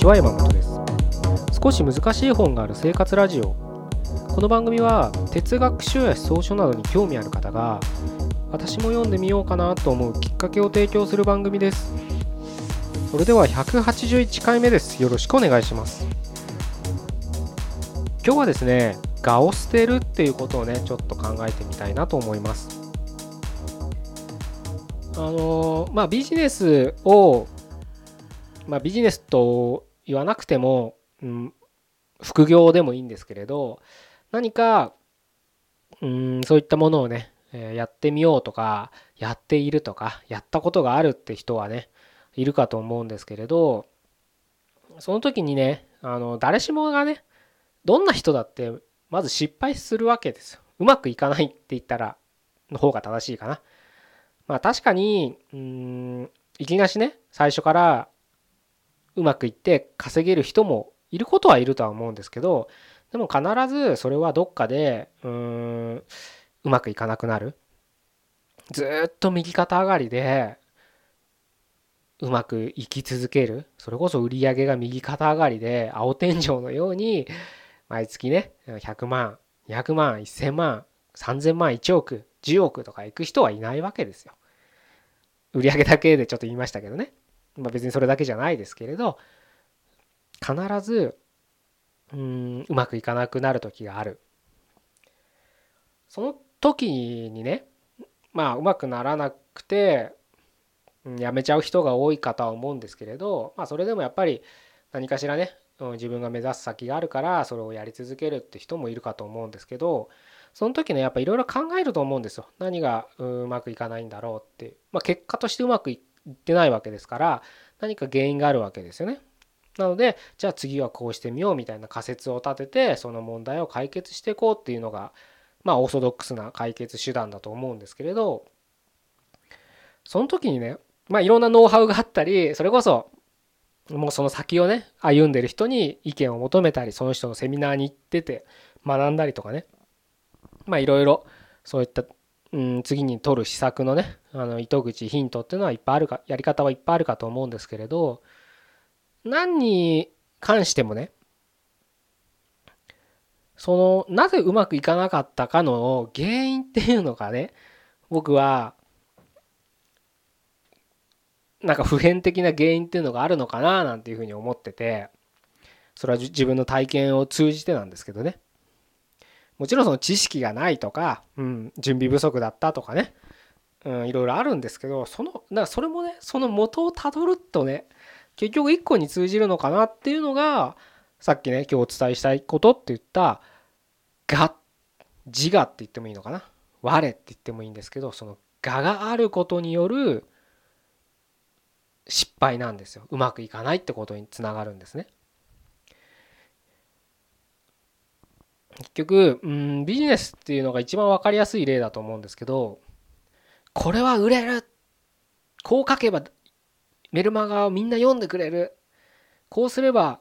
ちは、山本です。少し難しい本がある生活ラジオ。この番組は哲学書や思想書などに興味ある方が、私も読んでみようかなと思うきっかけを提供する番組です。それでは181回目です。よろしくお願いします。今日はですね、我を捨てるっていうことをね、ちょっと考えてみたいなと思います。ビジネスを、ビジネスと言わなくても、副業でもいいんですけれど、何かそういったものをね、やってみようとか、やっているとか、やったことがあるって人はね、いるかと思うんですけれど、その時にね、誰しもがね、どんな人だってまず失敗するわけですよ。うまくいかないって言ったらの方が正しいかな。確かにいきなしね、最初からうまくいって稼げる人もいることはいるとは思うんですけど、でも必ずそれはどっかでうまくいかなくなる。ずっと右肩上がりでうまくいき続ける。それこそ売り上げが右肩上がりで青天井のように毎月ね、100万、200万、1000万、3000万、1億、10億とかいく人はいないわけですよ。売上だけでちょっと言いましたけどね。別にそれだけじゃないですけれど、必ずうまくいかなくなる時がある。その時にね、うまくならなくてやめちゃう人が多いかとは思うんですけれど、それでもやっぱり何かしらね、自分が目指す先があるからそれをやり続けるって人もいるかと思うんですけど、その時ねやっぱいろいろ考えると思うんですよ。何がうまくいかないんだろうって、結果としてうまくいってないわけですから、何か原因があるわけですよね。なので、じゃあ次はこうしてみようみたいな仮説を立ててその問題を解決していこうっていうのがオーソドックスな解決手段だと思うんですけれど、その時にね、いろんなノウハウがあったり、それこそもうその先をね歩んでる人に意見を求めたり、その人のセミナーに行ってて学んだりとかね、いろいろそういった次に取る施策のね糸口ヒントっていうのはいっぱいあるか、やり方はいっぱいあるかと思うんですけれど、何に関してもね、そのなぜうまくいかなかったかの原因っていうのがね、僕はなんか普遍的な原因っていうのがあるのかななんていうふうに思ってて、それは自分の体験を通じてなんですけどね。もちろんその知識がないとか、準備不足だったとかね、いろいろあるんですけど、それもね、その元をたどるとね、結局一個に通じるのかなっていうのが、さっきね、今日お伝えしたいことって言った我、自我って言ってもいいのかな。我って言ってもいいんですけど、その我があることによる失敗なんですよ。うまくいかないってことにつながるんですね。結局ビジネスっていうのが一番分かりやすい例だと思うんですけど、これは売れる、こう書けばメルマガをみんな読んでくれる、こうすれば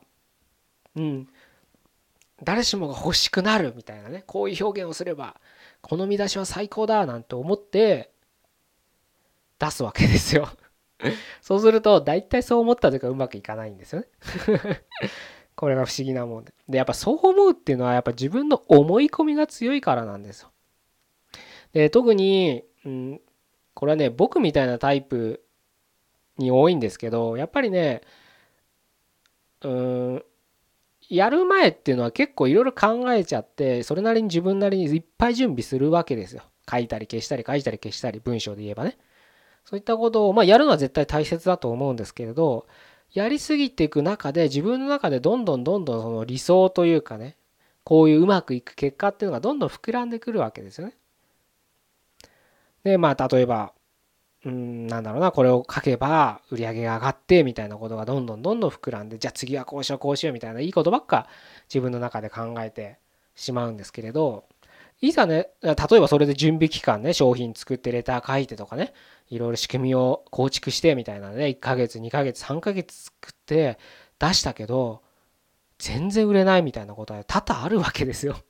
誰しもが欲しくなるみたいなね、こういう表現をすればこの見出しは最高だなんて思って出すわけですよ。そうすると大体そう思った時はうまくいかないんですよね。これが不思議なもんで。で、やっぱそう思うっていうのはやっぱ自分の思い込みが強いからなんですよ。で、特に、これはね、僕みたいなタイプに多いんですけど、やっぱりね、うーん、やる前っていうのは結構いろいろ考えちゃって、それなりに自分なりにいっぱい準備するわけですよ。書いたり消したり書いたり消したり、文章で言えばね。そういったことを、やるのは絶対大切だと思うんですけれど、やりすぎていく中で自分の中でどんどんどんどんその理想というかね、こういううまくいく結果っていうのがどんどん膨らんでくるわけですよね。で、例えば、なんだろうな、これを書けば売り上げが上がってみたいなことがどんどんどんどん膨らんで、じゃあ次はこうしようこうしようみたいないいことばっか自分の中で考えてしまうんですけれど、いざね、例えばそれで準備期間ね、商品作ってレター書いてとかね、いろいろ仕組みを構築してみたいなね、1ヶ月、2ヶ月、3ヶ月作って出したけど、全然売れないみたいなことは多々あるわけですよ。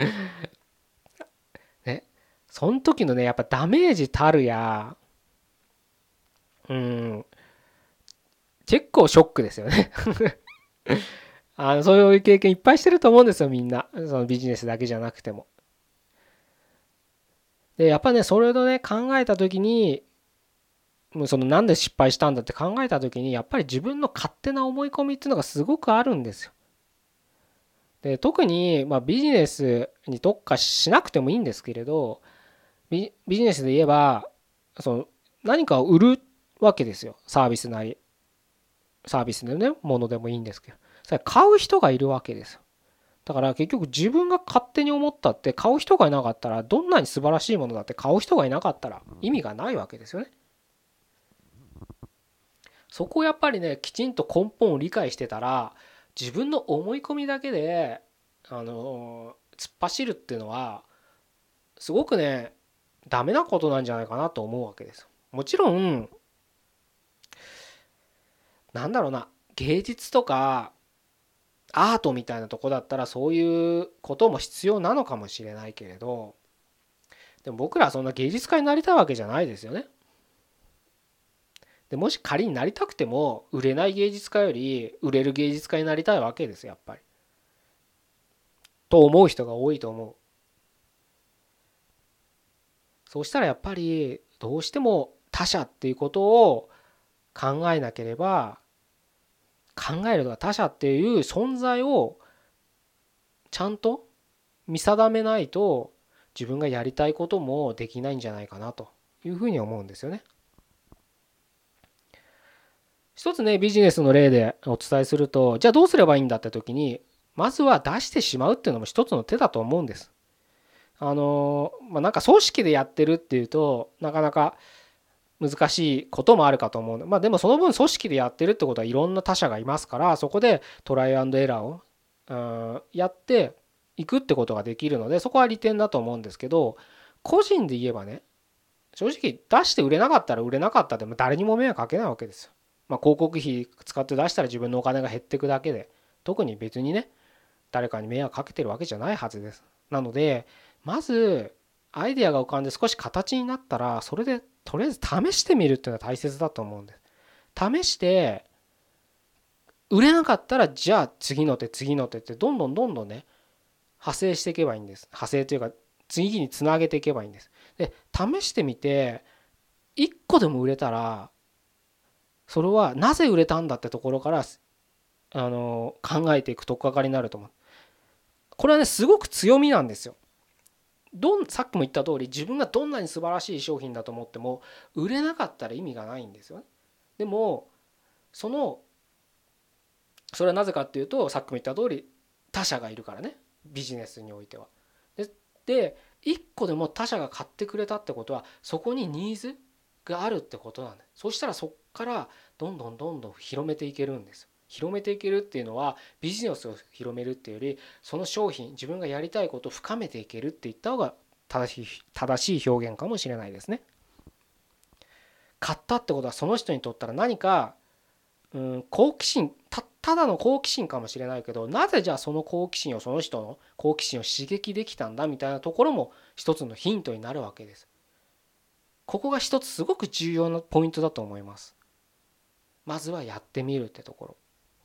ね。その時のね、やっぱダメージたるや、うん、結構ショックですよね。 そういう経験いっぱいしてると思うんですよ、みんな。そのビジネスだけじゃなくても。で、やっぱね、それをね、考えた時に、もうそのなんで失敗したんだって考えた時に、やっぱり自分の勝手な思い込みっていうのがすごくあるんですよ。で、特に、ビジネスに特化しなくてもいいんですけれど、ビジネスで言えば、その何かを売るわけですよ。サービスなり、サービスでね、ものでもいいんですけど。それ買う人がいるわけですよ。だから結局自分が勝手に思ったって買う人がいなかったら、どんなに素晴らしいものだって買う人がいなかったら意味がないわけですよね。そこをやっぱりね、きちんと根本を理解してたら、自分の思い込みだけで、突っ走るっていうのは、すごくね、ダメなことなんじゃないかなと思うわけです。もちろん、なんだろうな、芸術とかアートみたいなとこだったらそういうことも必要なのかもしれないけれど、でも僕らはそんな芸術家になりたいわけじゃないですよね。でもし仮になりたくても売れない芸術家より売れる芸術家になりたいわけですよ、やっぱり。と思う人が多いと思う。そうしたらやっぱりどうしても他者っていうことを考えなければ、考えるとか他者っていう存在をちゃんと見定めないと自分がやりたいこともできないんじゃないかなというふうに思うんですよね。一つね、ビジネスの例でお伝えすると、じゃあどうすればいいんだって時に、まずは出してしまうっていうのも一つの手だと思うんです。なんか組織でやってるっていうとなかなか難しいこともあるかと思う。でもその分組織でやってるってことはいろんな他者がいますから、そこでトライアンドエラーをやっていくってことができるので、そこは利点だと思うんですけど、個人で言えばね、正直出して売れなかったら売れなかったでも誰にも迷惑かけないわけですよ。広告費使って出したら自分のお金が減っていくだけで、特に別にね、誰かに迷惑かけてるわけじゃないはずです。なので、まずアイデアが浮かんで少し形になったら、それでとりあえず試してみるっていうのは大切だと思うんです。試して売れなかったら、じゃあ次の手次の手ってどんどんどんどんね、派生していけばいいんです。派生というか次につなげていけばいいんです。で、試してみて1個でも売れたら、それはなぜ売れたんだってところから考えていく取っかかりになると思う。これはね、すごく強みなんですよ。さっきも言った通り、自分がどんなに素晴らしい商品だと思っても売れなかったら意味がないんですよね。でもそのそれはなぜかっていうと、さっきも言った通り他者がいるからね、ビジネスにおいては。で1個でも他者が買ってくれたってことは、そこにニーズがあるってことなんです。そしたらそこからどんどんどんどん広めていけるんです。広めていけるっていうのは、ビジネスを広めるっていうより、その商品、自分がやりたいことを深めていけるって言った方が正しい表現かもしれないですね。買ったってことはその人にとったら何か、好奇心、ただの好奇心かもしれないけど、なぜじゃあその好奇心を、その人の好奇心を刺激できたんだみたいなところも一つのヒントになるわけです。ここが一つすごく重要なポイントだと思います。まずはやってみるってところ。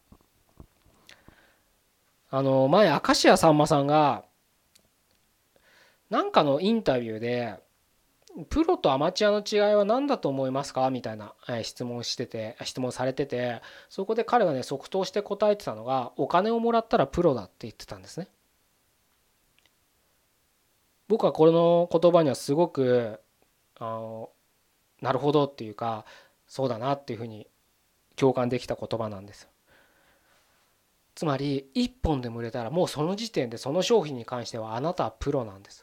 前明石家さんまさんがなんかのインタビューで、プロとアマチュアの違いは何だと思いますかみたいな質問されてて、そこで彼がね、即答して答えてたのが、お金をもらったらプロだって言ってたんですね。僕はこの言葉にはすごくあのなるほどっていうか、そうだなっていうふうに共感できた言葉なんです。つまり1本でも売れたら、もうその時点でその商品に関してはあなたはプロなんです。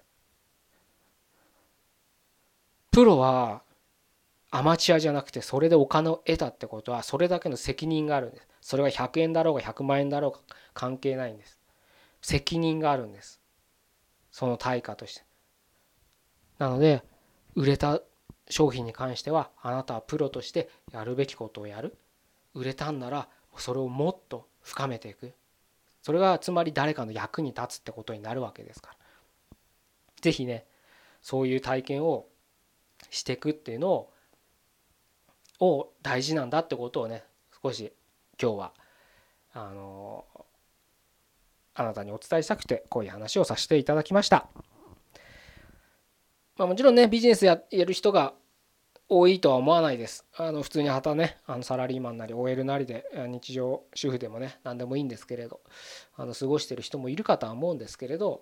プロはアマチュアじゃなくて、それでお金を得たってことはそれだけの責任があるんです。それが100円だろうが100万円だろうが関係ないんです。責任があるんです、その対価として。なので売れた商品に関しては、あなたはプロとしてやるべきことをやる。売れたんならそれをもっと深めていく。それがつまり誰かの役に立つってことになるわけですから、ぜひね、そういう体験をしていくっていうのを大事なんだってことをね、少し今日はあなたにお伝えしたくてこういう話をさせていただきました。もちろんねビジネスやる人が多いとは思わないです。普通にサラリーマンなり OL なりで日常主婦でもね何でもいいんですけれど過ごしてる人もいるかとは思うんですけれど、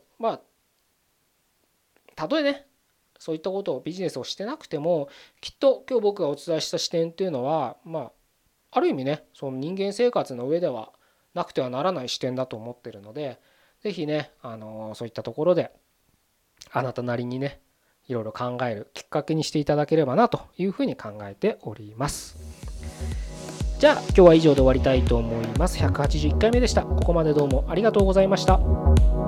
たとえねそういったことをビジネスをしてなくてもきっと今日僕がお伝えした視点っていうのはある意味ねその人間生活の上ではなくてはならない視点だと思ってるので、是非ねそういったところであなたなりにねいろいろ考えるきっかけにしていただければなというふうに考えております。じゃあ今日は以上で終わりたいと思います。181回目でした。ここまでどうもありがとうございました。